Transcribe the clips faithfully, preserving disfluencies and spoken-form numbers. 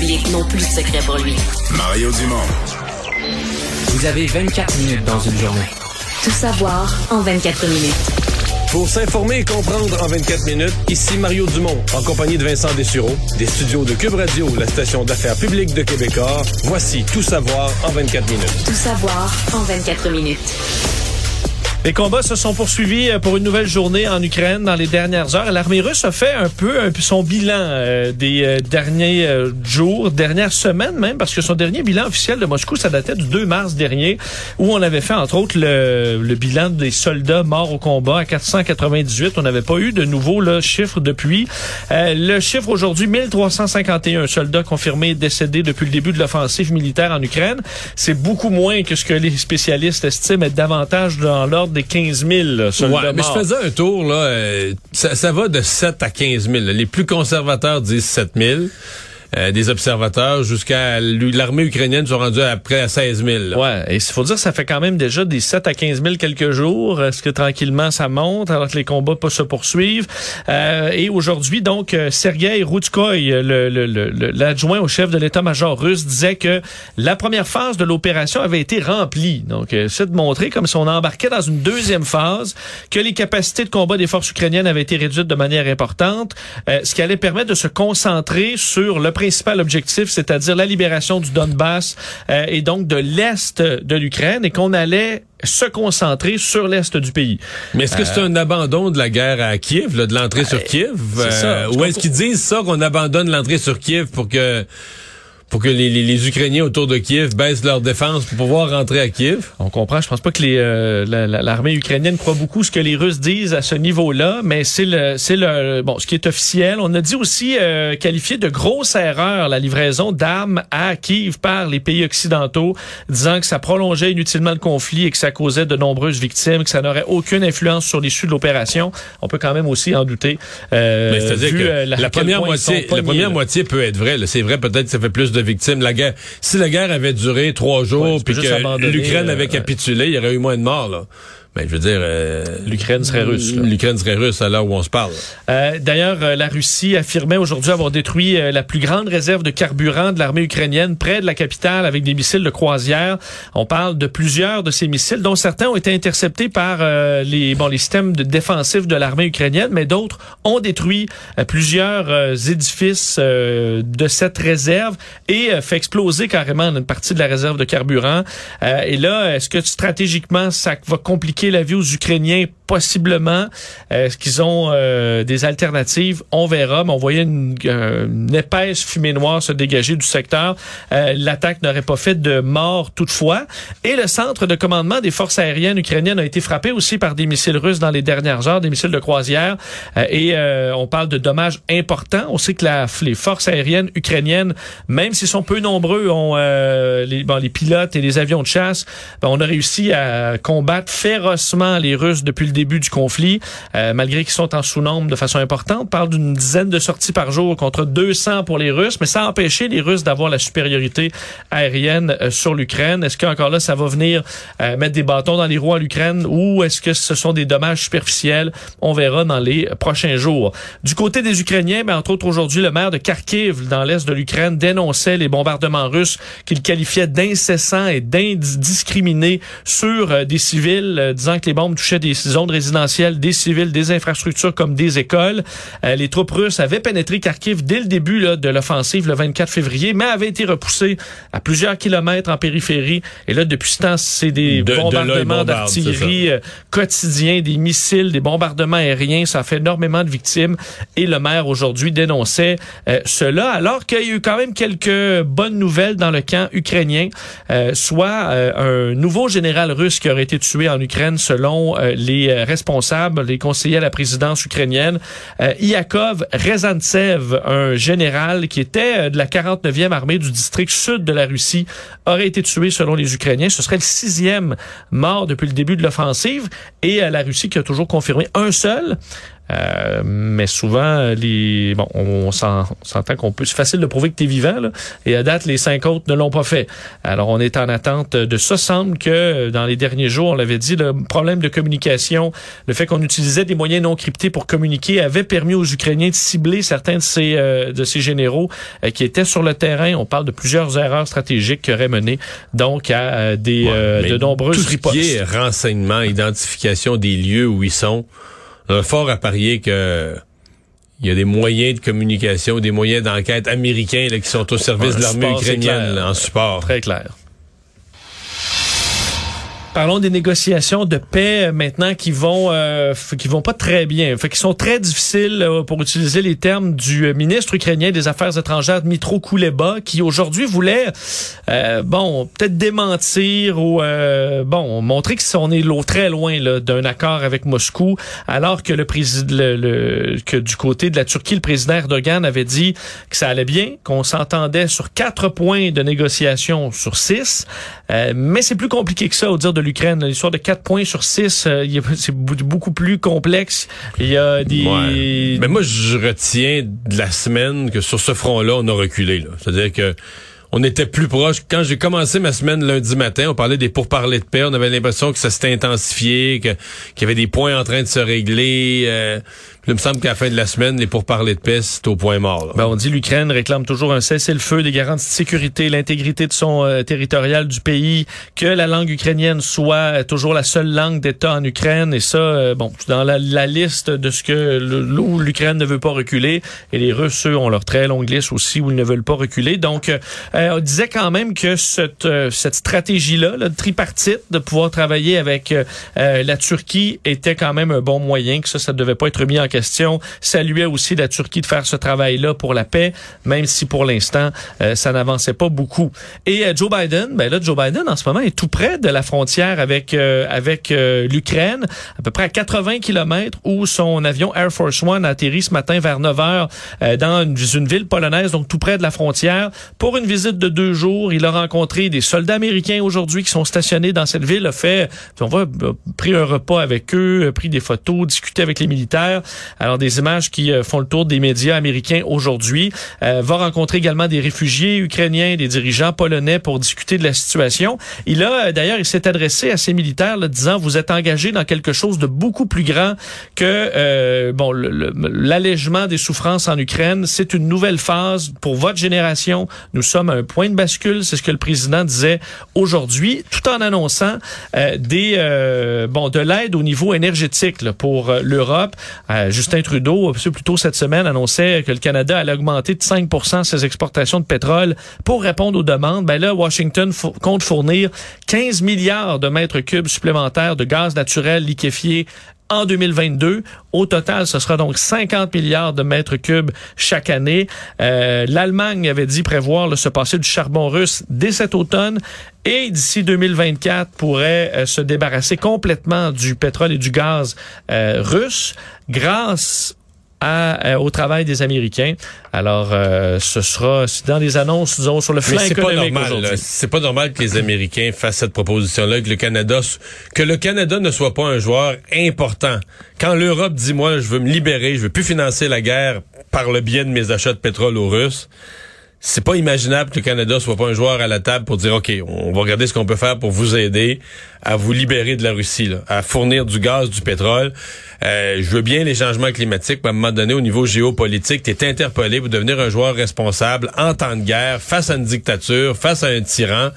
public n'ont plus de secret pour lui. Mario Dumont. Vous avez vingt-quatre minutes dans une journée. Tout savoir en vingt-quatre minutes. Pour s'informer et comprendre en vingt-quatre minutes, ici Mario Dumont, en compagnie de Vincent Dessureau, des studios de Cube Radio, la station d'affaires publique de Québécois. Voici Tout savoir en vingt-quatre minutes. Tout savoir en vingt-quatre minutes. Les combats se sont poursuivis pour une nouvelle journée en Ukraine dans les dernières heures. L'armée russe a fait un peu, un peu son bilan euh, des euh, derniers euh, jours, dernières semaines même, parce que son dernier bilan officiel de Moscou, ça datait du deux mars dernier, où on avait fait entre autres le, le bilan des soldats morts au combat à quatre cent quatre-vingt-dix-huit. On n'avait pas eu de nouveaux là, chiffres depuis. Euh, le chiffre aujourd'hui, mille trois cent cinquante et un soldats confirmés décédés depuis le début de l'offensive militaire en Ukraine. C'est beaucoup moins que ce que les spécialistes estiment être davantage dans l'ordre des quinze mille soldats ouais, mais morts. je faisais un tour, là, euh, ça, ça va de sept à quinze mille. Là. Les plus conservateurs disent sept mille. Euh, des observateurs jusqu'à l'armée ukrainienne sont rendus à près à seize mille. Là. Ouais, et il faut dire que ça fait quand même déjà des sept à quinze mille quelques jours. Est-ce que tranquillement ça monte alors que les combats pas se poursuivent? Euh, et aujourd'hui, donc, Sergueï Routskoï, le, le, le, l'adjoint au chef de l'état-major russe, disait que la première phase de l'opération avait été remplie. Donc, c'est de montrer comme si on embarquait dans une deuxième phase, que les capacités de combat des forces ukrainiennes avaient été réduites de manière importante, euh, ce qui allait permettre de se concentrer sur le principal objectif, c'est-à-dire la libération du Donbass euh, et donc de l'Est de l'Ukraine, et qu'on allait se concentrer sur l'Est du pays. Mais est-ce que euh, c'est un abandon de la guerre à Kiev, là, de l'entrée euh, sur Kiev? C'est ça. Euh, ou est-ce qu'ils disent ça, qu'on abandonne l'entrée sur Kiev pour que... pour que les, les, les Ukrainiens autour de Kiev baissent leur défense pour pouvoir rentrer à Kiev? On comprend. Je pense pas que les, euh, la, la, l'armée ukrainienne croit beaucoup ce que les Russes disent à ce niveau-là, mais c'est le, c'est le, bon, ce qui est officiel. On a dit aussi euh, qualifier de grosse erreur la livraison d'armes à Kiev par les pays occidentaux, disant que ça prolongeait inutilement le conflit et que ça causait de nombreuses victimes, que ça n'aurait aucune influence sur l'issue de l'opération. On peut quand même aussi en douter. Euh, mais c'est-à-dire vu, que euh, la, la première moitié, la première là. moitié peut être vraie. Là. C'est vrai, peut-être que ça fait plus de victimes. La guerre, si la guerre avait duré trois jours ouais, puis que l'Ukraine avait capitulé, il y aurait eu moins de morts, là. Ben, je veux dire... Euh, L'Ukraine serait russe. Là. L'Ukraine serait russe à l'heure où on se parle. Euh, d'ailleurs, euh, la Russie affirmait aujourd'hui avoir détruit euh, la plus grande réserve de carburant de l'armée ukrainienne près de la capitale avec des missiles de croisière. On parle de plusieurs de ces missiles, dont certains ont été interceptés par euh, les, bon, les systèmes de défensifs de l'armée ukrainienne, mais d'autres ont détruit euh, plusieurs euh, édifices euh, de cette réserve et euh, fait exploser carrément une partie de la réserve de carburant. Euh, et là, est-ce que stratégiquement, ça va compliquer la vie aux Ukrainiens? Possiblement. Euh, est-ce qu'ils ont euh, des alternatives? On verra, mais on voyait une, euh, une épaisse fumée noire se dégager du secteur. Euh, l'attaque n'aurait pas fait de mort toutefois. Et le centre de commandement des forces aériennes ukrainiennes a été frappé aussi par des missiles russes dans les dernières heures, des missiles de croisière. Euh, et euh, on parle de dommages importants. On sait que la, les forces aériennes ukrainiennes, même s'ils sont peu nombreux, ont euh, les, bon, les pilotes et les avions de chasse, ben, on a réussi à combattre férocement les Russes depuis le début du conflit, euh, malgré qu'ils sont en sous-nombre de façon importante. On parle d'une dizaine de sorties par jour contre deux cents pour les Russes, mais ça a empêché les Russes d'avoir la supériorité aérienne euh, sur l'Ukraine. Est-ce qu'encore là, ça va venir euh, mettre des bâtons dans les roues à l'Ukraine ou est-ce que ce sont des dommages superficiels? On verra dans les prochains jours. Du côté des Ukrainiens, ben, entre autres aujourd'hui, le maire de Kharkiv, dans l'est de l'Ukraine, dénonçait les bombardements russes qu'il qualifiait d'incessants et d'indiscriminés sur euh, des civils, euh, disant que les bombes touchaient des zones résidentielles, des civils, des infrastructures comme des écoles. Euh, les troupes russes avaient pénétré Kharkiv dès le début là, de l'offensive le vingt-quatre février, mais avaient été repoussées à plusieurs kilomètres en périphérie. Et là, depuis ce temps, c'est des de, bombardements de là, d'artillerie euh, quotidiens, des missiles, des bombardements aériens. Ça fait énormément de victimes. Et le maire, aujourd'hui, dénonçait euh, cela, alors qu'il y a eu quand même quelques bonnes nouvelles dans le camp ukrainien, euh, soit euh, un nouveau général russe qui aurait été tué en Ukraine selon euh, les responsables, les conseillers à la présidence ukrainienne. Euh, Iakov Rezantsev, un général qui était de la quarante-neuvième armée du district sud de la Russie, aurait été tué selon les Ukrainiens. Ce serait le sixième mort depuis le début de l'offensive. Et euh, la Russie qui a toujours confirmé un seul. Euh, mais souvent, les bon, on, s'en, on s'entend qu'on peut. C'est facile de prouver que tu es vivant, là, et à date, les cinq autres ne l'ont pas fait. Alors, on est en attente de ça. Semble que dans les derniers jours, on l'avait dit, le problème de communication, le fait qu'on utilisait des moyens non cryptés pour communiquer avait permis aux Ukrainiens de cibler certains de ces, euh, de ces généraux euh, qui étaient sur le terrain. On parle de plusieurs erreurs stratégiques qui auraient mené donc à euh, des ouais, euh, de nombreuses ripostes. Tout ce qui est renseignement, identification des lieux où ils sont, on a fort à parier que il y a des moyens de communication, des moyens d'enquête américains là, qui sont au service ouais, de l'armée ukrainienne là, en support. Très clair. Parlons des négociations de paix maintenant qui vont euh, qui vont pas très bien, fait qui sont très difficiles euh, pour utiliser les termes du ministre ukrainien des Affaires étrangères Dmytro Kuleba, qui aujourd'hui voulait euh, bon peut-être démentir ou euh, bon montrer que on est lo- très loin là, d'un accord avec Moscou, alors que le président le, le, que du côté de la Turquie, le président Erdogan avait dit que ça allait bien, qu'on s'entendait sur quatre points de négociation sur six, euh, mais c'est plus compliqué que ça au dire de l'Ukraine. L'histoire de quatre points sur six, euh, c'est beaucoup plus complexe. Il y a des... Ouais. Mais moi, je retiens de la semaine que sur ce front-là, on a reculé. Là. C'est-à-dire que on était plus proche. Quand j'ai commencé ma semaine lundi matin, on parlait des pourparlers de paix. On avait l'impression que ça s'était intensifié, que, qu'il y avait des points en train de se régler. Euh, il me semble qu'à la fin de la semaine, les pourparlers de paix, c'est au point mort. Ben, on dit l'Ukraine réclame toujours un cessez-le-feu, des garanties de sécurité, l'intégrité de son euh, territorial du pays, que la langue ukrainienne soit toujours la seule langue d'État en Ukraine. Et ça, euh, bon, dans la, la liste de ce que le, où l'Ukraine ne veut pas reculer. Et les Russes, eux, ont leur très longue liste aussi où ils ne veulent pas reculer. Donc, euh, on disait quand même que cette, euh, cette stratégie-là, là, tripartite, de pouvoir travailler avec euh, la Turquie était quand même un bon moyen, que ça, ça ne devait pas être mis en question. Question, saluait aussi la Turquie de faire ce travail-là pour la paix, même si pour l'instant, euh, ça n'avançait pas beaucoup. Et euh, Joe Biden, ben là, Joe Biden, en ce moment, est tout près de la frontière avec euh, avec euh, l'Ukraine, à peu près à quatre-vingts kilomètres, où son avion Air Force One a atterri ce matin vers neuf heures euh, dans une, une ville polonaise, donc tout près de la frontière, pour une visite de deux jours. Il a rencontré des soldats américains aujourd'hui qui sont stationnés dans cette ville, a fait, on va, a pris un repas avec eux, a pris des photos, discuté avec les militaires. Alors, des images qui euh, font le tour des médias américains aujourd'hui. Euh, va rencontrer également des réfugiés ukrainiens, des dirigeants polonais pour discuter de la situation. Il a, d'ailleurs, il s'est adressé à ces militaires là, disant, vous êtes engagés dans quelque chose de beaucoup plus grand que euh, bon le, le, l'allègement des souffrances en Ukraine. C'est une nouvelle phase pour votre génération. Nous sommes à un point de bascule. C'est ce que le président disait aujourd'hui, tout en annonçant euh, des euh, bon de l'aide au niveau énergétique là, pour euh, l'Europe. Euh, Justin Trudeau, plus tôt cette semaine, annonçait que le Canada allait augmenter de cinq pour cent ses exportations de pétrole pour répondre aux demandes. Ben là, Washington f- compte fournir quinze milliards de mètres cubes supplémentaires de gaz naturel liquéfié en deux mille vingt-deux. Au total, ce sera donc cinquante milliards de mètres cubes chaque année. Euh, L'Allemagne avait dit prévoir là, se passer du charbon russe dès cet automne et d'ici deux mille vingt-quatre pourrait euh, se débarrasser complètement du pétrole et du gaz euh, russe grâce à, euh, au travail des Américains. Alors, euh, ce sera dans les annonces, disons, sur le flanc économique aujourd'hui. C'est pas normal que les Américains fassent cette proposition-là, que le Canada, que le Canada ne soit pas un joueur important. Quand l'Europe dit, moi, je veux me libérer, je veux plus financer la guerre par le biais de mes achats de pétrole aux Russes, c'est pas imaginable que le Canada soit pas un joueur à la table pour dire, OK, on va regarder ce qu'on peut faire pour vous aider à vous libérer de la Russie, là, à fournir du gaz, du pétrole. Euh, je veux bien les changements climatiques, mais à un moment donné, au niveau géopolitique, t'es interpellé pour devenir un joueur responsable en temps de guerre, face à une dictature, face à un tyran.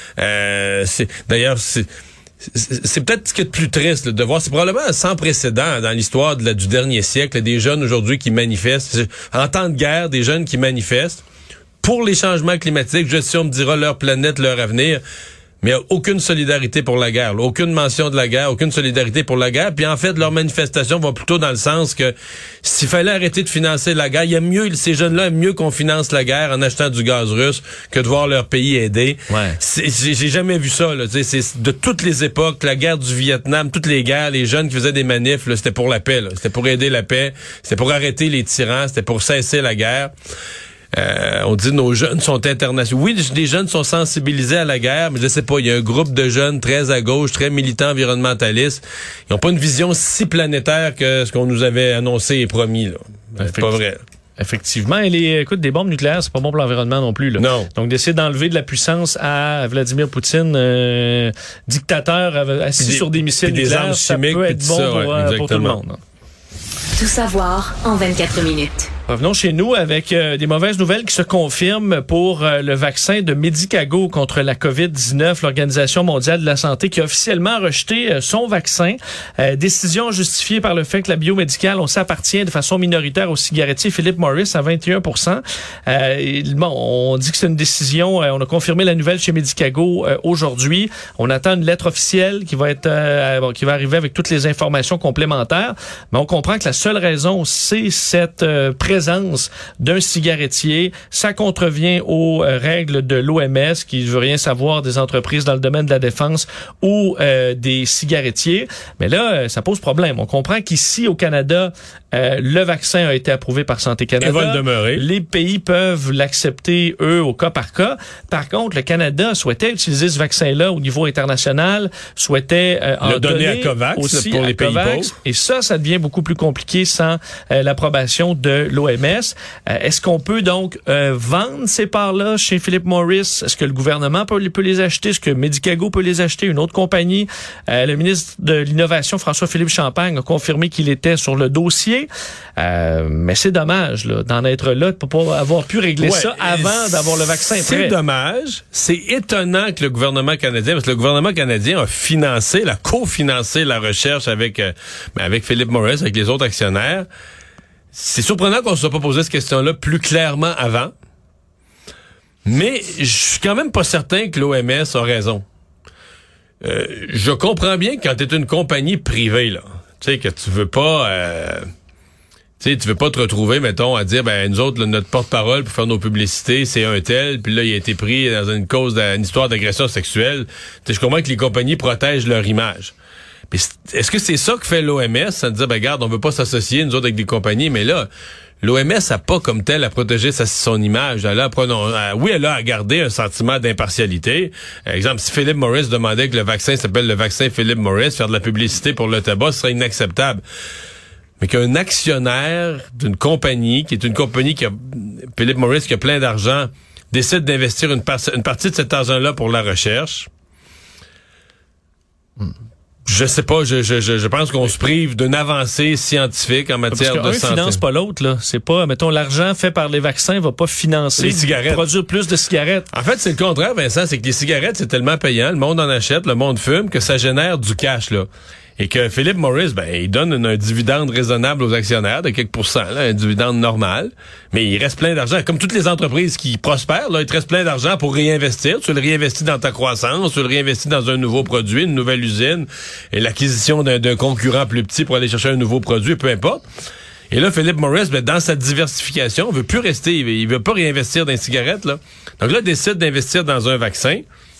Euh, c'est, d'ailleurs, c'est... C'est peut-être ce qui est le plus triste là, de voir. C'est probablement sans précédent dans l'histoire de la, du dernier siècle. Là, des jeunes aujourd'hui qui manifestent. En temps de guerre, des jeunes qui manifestent pour les changements climatiques. Je sais, on me dira leur planète, leur avenir. Mais il n'y a aucune solidarité pour la guerre. Là. Aucune mention de la guerre, aucune solidarité pour la guerre. Puis en fait, leurs manifestations vont plutôt dans le sens que s'il fallait arrêter de financer la guerre, il y a mieux, ces jeunes-là aiment mieux qu'on finance la guerre en achetant du gaz russe que de voir leur pays aider. Ouais. C'est, j'ai, j'ai jamais vu ça. Là. C'est de toutes les époques, la guerre du Vietnam, toutes les guerres, les jeunes qui faisaient des manifs, là, c'était pour la paix. Là. C'était pour aider la paix. C'était pour arrêter les tyrans. C'était pour cesser la guerre. Euh, on dit nos jeunes sont internationaux. Oui, les jeunes sont sensibilisés à la guerre, mais je sais pas, il y a un groupe de jeunes très à gauche, très militants environnementalistes. Ils n'ont pas une vision si planétaire que ce qu'on nous avait annoncé et promis, là. C'est pas vrai. Effectivement, et les, écoute, des bombes nucléaires, c'est pas bon pour l'environnement non plus, là. Non. Donc, d'essayer d'enlever de la puissance à Vladimir Poutine, euh, dictateur assis des, sur des missiles des nucléaires, armes ça chimiques, peut être bon ça, pour, ouais, pour tout le monde. Hein. Tout savoir en vingt-quatre minutes. Revenons chez nous avec euh, des mauvaises nouvelles qui se confirment pour euh, le vaccin de Medicago contre la covid dix-neuf, l'Organisation mondiale de la santé qui a officiellement rejeté euh, son vaccin. Euh, décision justifiée par le fait que la biomédicale, on s'appartient de façon minoritaire au cigarettier Philip Morris à vingt et un pour cent. Euh, et, bon, on dit que c'est une décision, euh, on a confirmé la nouvelle chez Medicago euh, aujourd'hui. On attend une lettre officielle qui va être euh, bon, qui va arriver avec toutes les informations complémentaires. Mais on comprend que la seule raison, c'est cette euh, présence d'un cigarettier. Ça contrevient aux euh, règles de l'O M S qui ne veut rien savoir des entreprises dans le domaine de la défense ou euh, des cigarettiers. Mais là, euh, ça pose problème. On comprend qu'ici, au Canada, euh, le vaccin a été approuvé par Santé Canada. Il va le demeurer. Les pays peuvent l'accepter, eux, au cas par cas. Par contre, le Canada souhaitait utiliser ce vaccin-là au niveau international, souhaitait euh, en le donner, donner à COVAX aussi pour à les pays COVAX. pauvres. Et ça, ça devient beaucoup plus compliqué sans euh, l'approbation de l'O M S. Euh, est-ce qu'on peut donc euh, vendre ces parts-là chez Philip Morris? Est-ce que le gouvernement peut, peut les acheter? Est-ce que Medicago peut les acheter? Une autre compagnie? Euh, le ministre de l'Innovation, François-Philippe Champagne, a confirmé qu'il était sur le dossier. Euh, mais c'est dommage là, d'en être là, de ne pas avoir pu régler ouais, ça avant d'avoir le vaccin prêt. C'est dommage. C'est étonnant que le gouvernement canadien, parce que le gouvernement canadien a financé, a cofinancé la recherche avec, euh, avec Philip Morris, avec les autres actionnaires. C'est surprenant qu'on ne se soit pas posé cette question-là plus clairement avant. Mais je suis quand même pas certain que l'O M S a raison. Euh, je comprends bien que quand tu es une compagnie privée, là, tu sais, que tu veux pas... Euh, tu sais, tu veux pas te retrouver, mettons, à dire, ben, nous autres, là, notre porte-parole pour faire nos publicités, c'est un tel, puis là, il a été pris dans une cause, d'une histoire d'agression sexuelle. Tu sais, je comprends que les compagnies protègent leur image. Puis est-ce que c'est ça que fait l'O M S? Ça veut dire, ben, regarde, on veut pas s'associer, nous autres, avec des compagnies, mais là, l'O M S n'a pas comme tel à protéger sa, son image. Elle a, non, elle, oui, elle a à garder un sentiment d'impartialité. Par exemple, si Philip Morris demandait que le vaccin s'appelle le vaccin Philip Morris, faire de la publicité pour le tabac, ce serait inacceptable. Mais qu'un actionnaire d'une compagnie, qui est une compagnie qui a, Philip Morris, qui a plein d'argent, décide d'investir une, par, une partie de cet argent-là pour la recherche, hmm. Je sais pas, je, je, je pense qu'on se prive d'une avancée scientifique en matière de santé. Parce qu'un finance pas l'autre, là. C'est pas, mettons, l'argent fait par les vaccins va pas financer, les cigarettes. Produire plus de cigarettes. En fait, c'est le contraire, Vincent, c'est que les cigarettes, c'est tellement payant, le monde en achète, le monde fume, que ça génère du cash, là. Et que Philip Morris, ben, il donne un, un dividende raisonnable aux actionnaires de quelques pourcents, là, un dividende normal. Mais il reste plein d'argent. Comme toutes les entreprises qui prospèrent, là, il te reste plein d'argent pour réinvestir. Tu le réinvestis dans ta croissance, tu le réinvestis dans un nouveau produit, une nouvelle usine, et l'acquisition d'un, d'un concurrent plus petit pour aller chercher un nouveau produit, peu importe. Et là, Philip Morris, ben, dans sa diversification, veut plus rester, il veut, il veut pas réinvestir dans les cigarettes, là. Donc là, il décide d'investir dans un vaccin.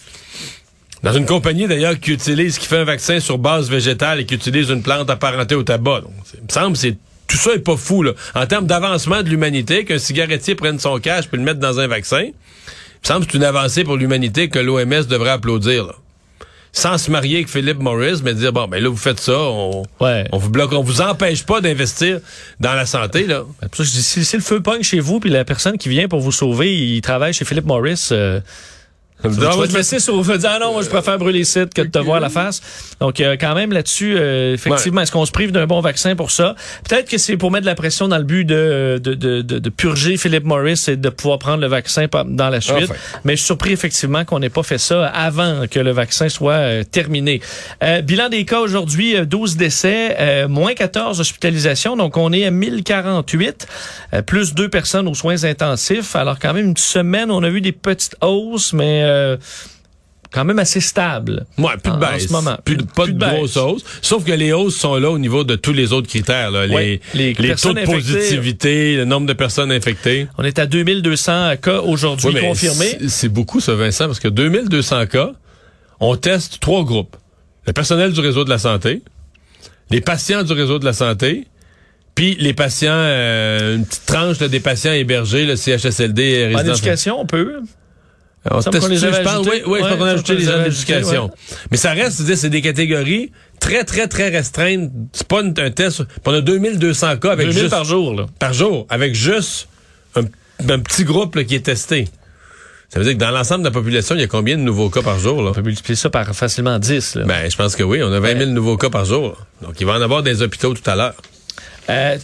Dans une compagnie, d'ailleurs, qui utilise, qui fait un vaccin sur base végétale et qui utilise une plante apparentée au tabac. Donc, il me semble, c'est, tout ça est pas fou, là. En termes d'avancement de l'humanité, qu'un cigarettier prenne son cash puis le mettre dans un vaccin, il me semble que c'est une avancée pour l'humanité que l'O M S devrait applaudir, là. Sans se marier avec Philip Morris, mais dire, bon, ben là, vous faites ça, on, ouais. on vous bloque, on vous empêche pas d'investir dans la santé, là. Ben, pour ça, je dis, si, si le feu pogne chez vous puis la personne qui vient pour vous sauver, il travaille chez Philip Morris, euh, Tu vas, vas te laisser sur dire ah non, moi je préfère brûler les sites que de te voir la face. Donc euh, quand même là-dessus, euh, effectivement, ouais. Est-ce qu'on se prive d'un bon vaccin pour ça? Peut-être que c'est pour mettre de la pression dans le but de, de, de, de, de purger Philip Morris et de pouvoir prendre le vaccin dans la suite. Enfin. Mais je suis surpris effectivement qu'on n'ait pas fait ça avant que le vaccin soit euh, terminé. Euh, bilan des cas aujourd'hui, douze décès, euh, moins quatorze hospitalisations. Donc on est à mille quarante-huit, euh, plus deux personnes aux soins intensifs. Alors quand même une semaine, on a vu des petites hausses, mais Euh, quand même assez stable. Ouais, plus de baisse. En ce moment. Plus, plus, pas plus de, de grosses hausses. Sauf que les hausses sont là au niveau de tous les autres critères, là. Ouais, les, les, les taux de positivité, le nombre de personnes infectées. On est à deux mille deux cents cas aujourd'hui ouais, confirmés. C'est, c'est beaucoup ça, Vincent, parce que deux mille deux cents cas, on teste trois groupes. Le personnel du réseau de la santé, les patients du réseau de la santé, Puis les patients, euh, une petite tranche là, des patients hébergés, le C H S L D, en éducation, on peut. On teste, qu'on les je avait pense, oui, oui, ouais, je pense qu'on a ajouté les gens de d'éducation. Ouais. Mais ça reste, c'est, c'est des catégories très, très, très restreintes. C'est pas une, un test. On a deux mille deux cents cas avec deux mille juste... par jour, là. Par jour, avec juste un, un petit groupe là, qui est testé. Ça veut dire que dans l'ensemble de la population, il y a combien de nouveaux cas par jour, là? On peut multiplier ça par facilement dix, là. Ben, je pense que oui. On a vingt mille ouais. nouveaux cas par jour. Là. Donc, il va en avoir des hôpitaux tout à l'heure. Euh...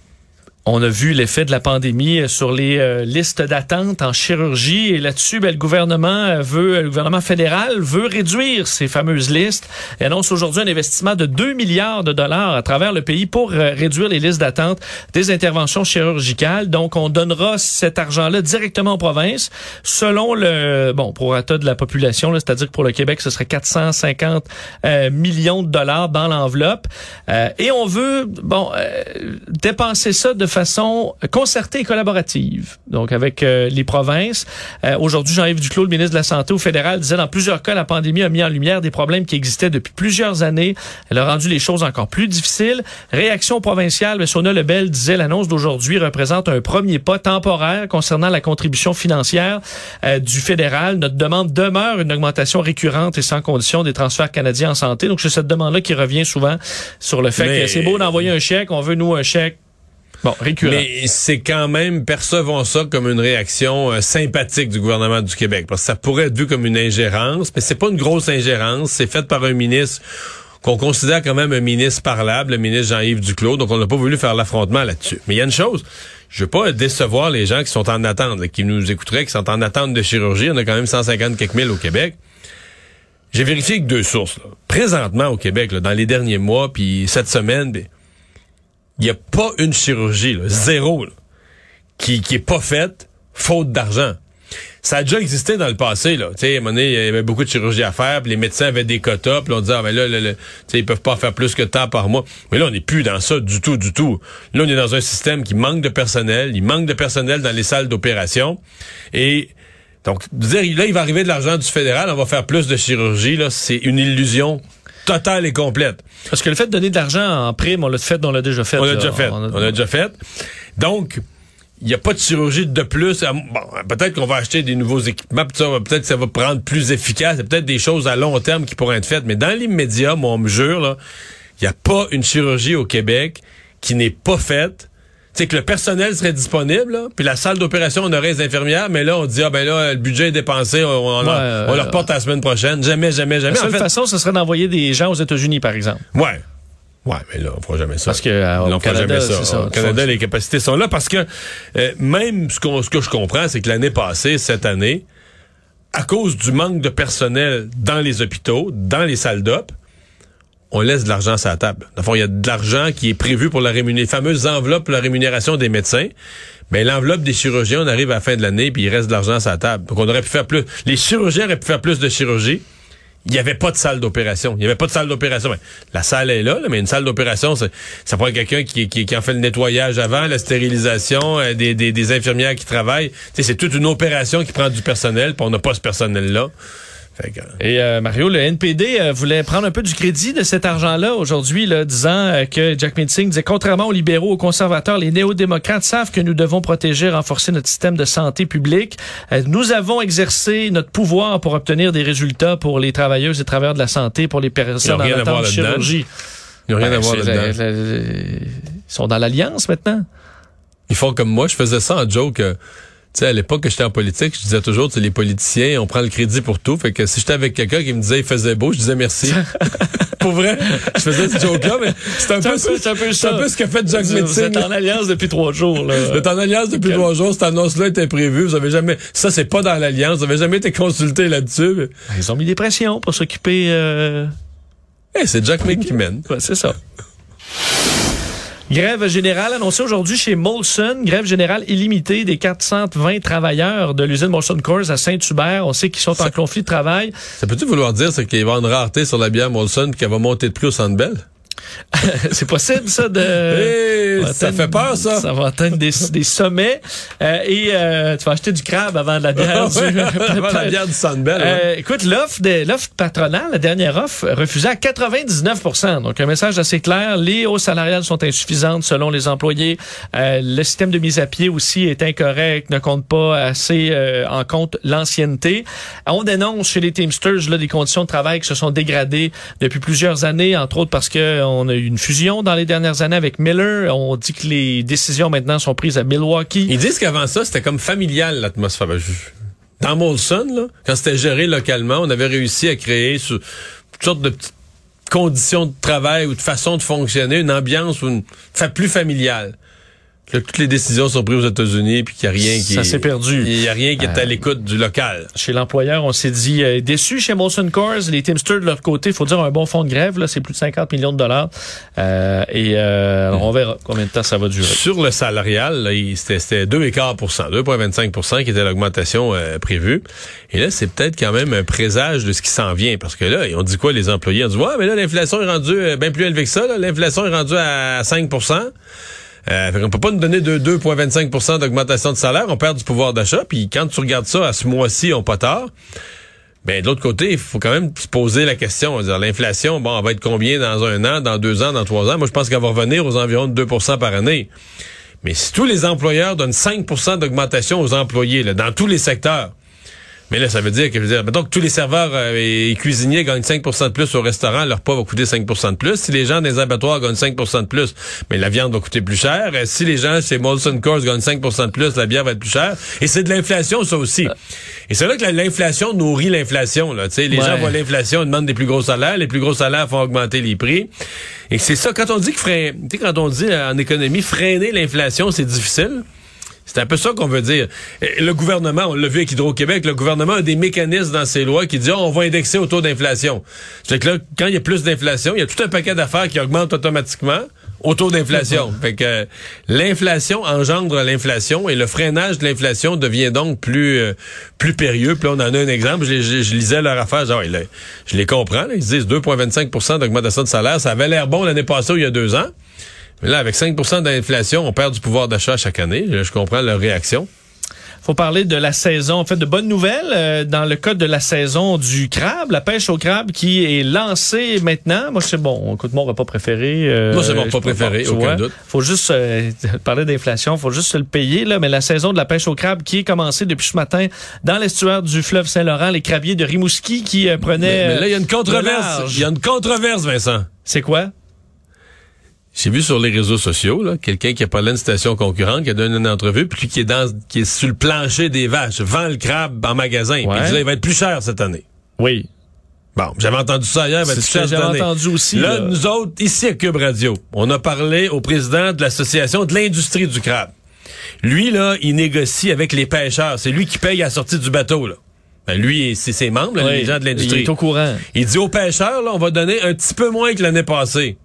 On a vu l'effet de la pandémie sur les euh, listes d'attente en chirurgie et là-dessus, ben, le gouvernement veut, le gouvernement fédéral veut réduire ces fameuses listes et annonce aujourd'hui un investissement de deux milliards de dollars à travers le pays pour euh, réduire les listes d'attente des interventions chirurgicales. Donc, on donnera cet argent-là directement aux provinces selon le, bon, prorata de la population, là, c'est-à-dire que pour le Québec, ce serait quatre cent cinquante euh, millions de dollars dans l'enveloppe. Euh, et on veut, bon, euh, dépenser ça de façon concertée et collaborative, donc avec euh, les provinces. Euh, aujourd'hui, Jean-Yves Duclos, le ministre de la Santé au fédéral, disait dans plusieurs cas, la pandémie a mis en lumière des problèmes qui existaient depuis plusieurs années. Elle a rendu les choses encore plus difficiles. Réaction provinciale, M. Sona Lebel disait l'annonce d'aujourd'hui représente un premier pas temporaire concernant la contribution financière euh, du fédéral. Notre demande demeure une augmentation récurrente et sans condition des transferts canadiens en santé. Donc, c'est cette demande-là qui revient souvent sur le fait Mais... que c'est beau d'envoyer un chèque, on veut, nous, un chèque. Bon, récurrent. Mais c'est quand même, percevons ça comme une réaction euh, sympathique du gouvernement du Québec. Parce que ça pourrait être vu comme une ingérence, mais c'est pas une grosse ingérence. C'est fait par un ministre qu'on considère quand même un ministre parlable, le ministre Jean-Yves Duclos. Donc, on n'a pas voulu faire l'affrontement là-dessus. Mais il y a une chose, je veux pas décevoir les gens qui sont en attente, là, qui nous écouteraient, qui sont en attente de chirurgie. On a quand même cent cinquante quelques mille au Québec. J'ai vérifié avec deux sources. Là. Présentement au Québec, là, dans les derniers mois, puis cette semaine... Ben, il n'y a pas une chirurgie, là, zéro, là, qui, qui est pas faite faute d'argent. Ça a déjà existé dans le passé, là. Tu sais, à un moment donné, il y avait beaucoup de chirurgie à faire, puis les médecins avaient des quotas, puis on disait, ah, ben là, là, là tu sais, ils peuvent pas faire plus que tant par mois. Mais là, on n'est plus dans ça du tout, du tout. Là, on est dans un système qui manque de personnel. Il manque de personnel dans les salles d'opération. Et, donc, dire, là, il va arriver de l'argent du fédéral, on va faire plus de chirurgie, là, c'est une illusion totale et complète. Parce que le fait de donner de l'argent en prime, on l'a fait, on l'a déjà fait. On l'a là. déjà fait. On, a... on l'a déjà fait. Donc, il n'y a pas de chirurgie de plus. Bon, peut-être qu'on va acheter des nouveaux équipements, peut-être que ça va prendre plus efficace. C'est peut-être des choses à long terme qui pourraient être faites. Mais dans l'immédiat, moi, on me jure, là, il n'y a pas une chirurgie au Québec qui n'est pas faite. C'est que le personnel serait disponible, là, puis la salle d'opération, on aurait les infirmières, mais là, on dit, ah ben là, le budget est dépensé, on, on, ouais, on euh, le reporte à la semaine prochaine. Jamais, jamais, jamais. La seule en fait, façon, ce serait d'envoyer des gens aux États-Unis, par exemple. Ouais. Ouais, mais là, on fera jamais ça. Parce que euh, on au fera Canada, jamais ça. ça. Au Canada, les capacités sont là parce que euh, même ce, qu'on, ce que je comprends, c'est que l'année passée, cette année, à cause du manque de personnel dans les hôpitaux, dans les salles d'op, on laisse de l'argent sur la table. Dans le fond, il y a de l'argent qui est prévu pour la rémunération, les fameuses enveloppes pour la rémunération des médecins. Mais l'enveloppe des chirurgiens, on arrive à la fin de l'année, puis il reste de l'argent sur la table. Donc, on aurait pu faire plus. Les chirurgiens auraient pu faire plus de chirurgie. Il n'y avait pas de salle d'opération. Il n'y avait pas de salle d'opération. Ben, la salle est là, là, mais une salle d'opération, ça, ça prend quelqu'un qui, qui, qui en fait le nettoyage avant, la stérilisation, euh, des, des, des infirmières qui travaillent. T'sais, c'est toute une opération qui prend du personnel, puis on n'a pas ce personnel-là. Fait que... Et euh, Mario, le N P D euh, voulait prendre un peu du crédit de cet argent-là aujourd'hui, là, disant euh, que Jack Meeting disait, contrairement aux libéraux, aux conservateurs, les néo-démocrates savent que nous devons protéger, renforcer notre système de santé publique. Euh, nous avons exercé notre pouvoir pour obtenir des résultats pour les travailleuses et travailleurs de la santé, pour les personnes en attente de chirurgie. Ils n'ont rien ben, à voir là-dedans. La, la, la, ils sont dans l'alliance maintenant. Ils font comme moi, je faisais ça en joke. Euh... Tu sais, à l'époque que j'étais en politique, je disais toujours, tu sais, les politiciens, on prend le crédit pour tout. Fait que si j'étais avec quelqu'un qui me disait il faisait beau, je disais merci. Pour vrai, je faisais ce joke-là, mais c'est un, peu, un, peu, c'est un, peu, c'est un peu ce que fait Jack Meeting. Vous êtes en alliance depuis trois jours. Là. Vous êtes en alliance depuis okay. trois jours. Cette annonce-là était prévue. Vous avez jamais, ça c'est pas dans l'alliance. Vous avez jamais été consulté là-dessus. Mais... Ils ont mis des pressions pour s'occuper. Euh... Hey, c'est Jack Meeting qui mène. Ouais, c'est ça. Grève générale annoncée aujourd'hui chez Molson. Grève générale illimitée des quatre cent vingt travailleurs de l'usine Molson Coors à Saint-Hubert. On sait qu'ils sont ça, en conflit de travail. Ça peut-tu vouloir dire c'est qu'il va y avoir une rareté sur la bière Molson et qu'elle va monter de prix au Centre Bell? C'est possible, ça, de... Hey, ça atteindre, fait peur, ça. Ça va atteindre des, des sommets. Euh, et euh, tu vas acheter du crabe avant de la bière. ouais, du, avant la bière du Sandbell. Ouais. Euh, écoute, l'offre, de, l'offre patronale, la dernière offre, refusée à quatre-vingt-dix-neuf pour cent. Donc, un message assez clair. Les hausses salariales sont insuffisantes selon les employés. Euh, le système de mise à pied aussi est incorrect, ne compte pas assez euh, en compte l'ancienneté. On dénonce chez les Teamsters là, des conditions de travail qui se sont dégradées depuis plusieurs années, entre autres parce qu'on a eu une fusion dans les dernières années avec Miller. On dit que les décisions maintenant sont prises à Milwaukee. Ils disent qu'avant ça, c'était comme familial, l'atmosphère. Dans Molson, là, quand c'était géré localement, on avait réussi à créer sur toutes sortes de petites conditions de travail ou de façon de fonctionner, une ambiance ou une, enfin, plus familiale. Là, toutes les décisions sont prises aux États-Unis puis qu'il n'y a rien qui... Ça s'est perdu. Il n'y a rien qui est à l'écoute du local. Chez l'employeur, on s'est dit euh, déçu chez Molson Coors. Les Teamsters, de leur côté, il faut dire un bon fonds de grève. Là, c'est plus de cinquante millions de dollars. Euh, et euh, alors on verra combien de temps ça va durer. Sur le salarial, là, il, c'était, c'était deux virgule quinze pour cent, deux virgule vingt-cinq pour cent qui était l'augmentation euh, prévue. Et là, c'est peut-être quand même un présage de ce qui s'en vient. Parce que là, on dit quoi, les employés? On dit, ouais, mais là, l'inflation est rendue euh, bien plus élevée que ça. Là. L'inflation est rendue à cinq pour cent. Euh, fait qu'on peut pas nous donner de deux virgule vingt-cinq pour cent d'augmentation de salaire, on perd du pouvoir d'achat, puis quand tu regardes ça à ce mois-ci, on pas tard. Ben de l'autre côté, il faut quand même se poser la question, on va dire l'inflation, bon, elle va être combien dans un an, dans deux ans, dans trois ans? Moi, je pense qu'elle va revenir aux environs de deux pour cent par année. Mais si tous les employeurs donnent cinq pour cent d'augmentation aux employés, là, dans tous les secteurs, mais là, ça veut dire que, je veux dire, mettons que tous les serveurs euh, et cuisiniers gagnent cinq pour cent de plus au restaurant, leur repas va coûter cinq pour cent de plus. Si les gens des abattoirs gagnent cinq pour cent de plus, mais la viande va coûter plus cher. Euh, si les gens chez Molson Coors gagnent cinq pour cent de plus, la bière va être plus chère. Et c'est de l'inflation, ça aussi. Et c'est là que la, l'inflation nourrit l'inflation. Là, les ouais. gens voient l'inflation, ils demandent des plus gros salaires. Les plus gros salaires font augmenter les prix. Et c'est ça, quand on dit que frein, tu sais, quand on dit en économie, freiner l'inflation, c'est difficile. C'est un peu ça qu'on veut dire. Le gouvernement, on l'a vu avec Hydro-Québec, le gouvernement a des mécanismes dans ses lois qui disent oh, on va indexer au taux d'inflation. C'est que là, quand il y a plus d'inflation, il y a tout un paquet d'affaires qui augmentent automatiquement au taux d'inflation. Mm-hmm. Fait que euh, l'inflation engendre l'inflation et le freinage de l'inflation devient donc plus euh, plus périlleux. Puis là, on en a un exemple. Je, je, je lisais leur affaire, genre, là, je les comprends. Là, ils disent deux virgule vingt-cinq pour cent d'augmentation de salaire. Ça avait l'air bon l'année passée ou il y a deux ans. Mais là, avec cinq pour cent d'inflation, on perd du pouvoir d'achat chaque année. Je comprends leur réaction. Faut parler de la saison. En fait, de bonnes nouvelles euh, dans le cas de la saison du crabe, la pêche au crabe qui est lancée maintenant. Moi, c'est bon. Écoute, mon repas préféré. Euh, Moi, c'est mon repas préféré, aucun vois. doute. Faut juste euh, parler d'inflation, faut juste se le payer là. Mais la saison de la pêche au crabe qui est commencée depuis ce matin dans l'estuaire du fleuve Saint-Laurent, les crabiers de Rimouski qui euh, prenaient. Mais, mais là, il y a une controverse. Il y a une controverse, Vincent. C'est quoi? J'ai vu sur les réseaux sociaux là, quelqu'un qui a parlé d'une station concurrente, qui a donné une entrevue, puis qui est dans, qui est sur le plancher des vaches, vend le crabe en magasin. Ouais. Puis il dit là, il va être plus cher cette année. Oui. Bon, j'avais entendu ça hier, il va être plus cher cette année. J'avais entendu aussi. Là, là, nous autres, ici à Cube Radio, on a parlé au président de l'association de l'industrie du crabe. Lui, là, il négocie avec les pêcheurs. C'est lui qui paye à la sortie du bateau, là. Ben lui, c'est ses membres, là, oui, les gens de l'industrie. Il est au courant. Il dit aux pêcheurs, là, on va donner un petit peu moins que l'année passée.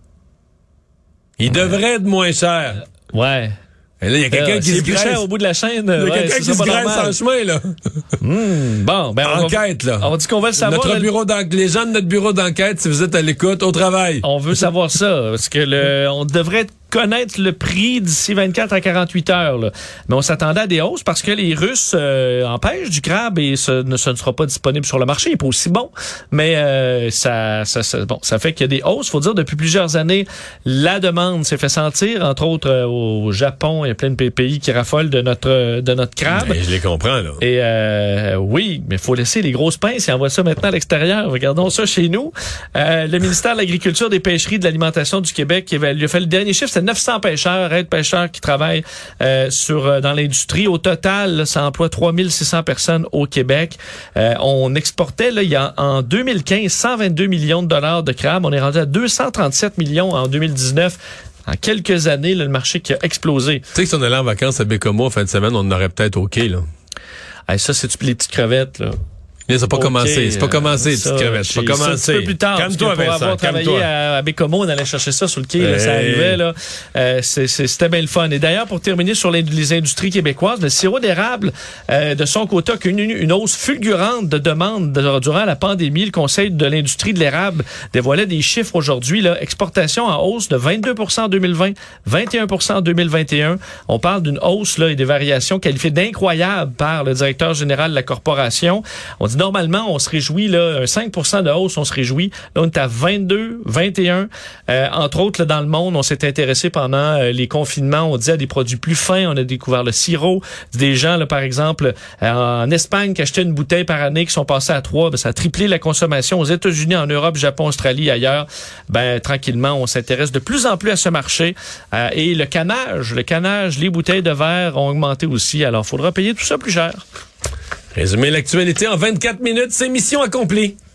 Il ouais. devrait être moins cher. Ouais. Et là, il y a quelqu'un euh, qui se graisse. Cher au bout de la chaîne. Il y a ouais, quelqu'un qui se graisse en chemin, là. Mmh, bon, ben, on enquête, va, là. On dit qu'on va le savoir. Notre bureau d'enquête, les gens de notre bureau d'enquête, si vous êtes à l'écoute, au travail. On veut savoir ça. Parce que le, on devrait connaître le prix d'ici vingt-quatre à quarante-huit heures. Là. Mais on s'attendait à des hausses parce que les Russes euh, empêchent du crabe et ce ne, ce ne sera pas disponible sur le marché. Il n'est pas aussi bon. Mais euh, ça, ça, ça, bon, ça fait qu'il y a des hausses. Il faut dire, depuis plusieurs années, la demande s'est fait sentir. Entre autres, euh, au Japon, il y a plein de pays qui raffolent de notre, de notre crabe. Ben, je les comprends, là. Et euh, oui, mais il faut laisser les grosses pinces et envoyer ça maintenant à l'extérieur. Regardons ça chez nous. Euh, le ministère de l'Agriculture, des Pêcheries, de l'Alimentation du Québec, il a fait le dernier chiffre, c'est neuf cents pêcheurs, aides-pêcheurs qui travaillent euh, sur euh, dans l'industrie. Au total, là, ça emploie trois mille six cents personnes au Québec. Euh, on exportait là, il y a, en deux mille quinze cent vingt-deux millions de dollars de crabe. On est rendu à deux cent trente-sept millions en deux mille dix-neuf. En quelques années, là, le marché qui a explosé. Tu sais que si on allait en vacances à Bécomo en fin de semaine, on en aurait peut-être OK, là. Hey, ça, c'est les petites crevettes, là. Mais ça n'a pas Okay, commencé. C'est pas commencé, ça, petite crevette. C'est pas commencé. Un peu plus tard. Calme-toi, pour Vincent. avoir travaillé Calme-toi. à, à Bécomo, on allait chercher ça sur le quai. Là, Hey. ça arrivait. Là. Euh, c'est, c'est, c'était bien le fun. Et d'ailleurs, pour terminer sur les, les industries québécoises, le sirop d'érable, euh, de son côté, a connu une, une hausse fulgurante de demande de, durant la pandémie. Le Conseil de l'industrie de l'érable dévoilait des chiffres aujourd'hui. Là, exportation en hausse de vingt-deux pour cent en deux mille vingt, vingt et un pour cent en deux mille vingt et un. On parle d'une hausse là, et des variations qualifiées d'incroyables par le directeur général de la corporation. On dit normalement, on se réjouit, là, un cinq pour cent de hausse, on se réjouit. Là, on est à vingt-deux, vingt et un. Euh, entre autres, là, dans le monde, on s'est intéressé pendant euh, les confinements, on dit à des produits plus fins. On a découvert le sirop. Des gens, là, par exemple, euh, en Espagne, qui achetaient une bouteille par année, qui sont passés à trois, ben, ça a triplé la consommation. Aux États-Unis, en Europe, Japon, Australie, ailleurs, ben, tranquillement, on s'intéresse de plus en plus à ce marché. Euh, et le canage, le canage, les bouteilles de verre ont augmenté aussi. Alors, il faudra payer tout ça plus cher. Résumer l'actualité en vingt-quatre minutes, c'est mission accomplie.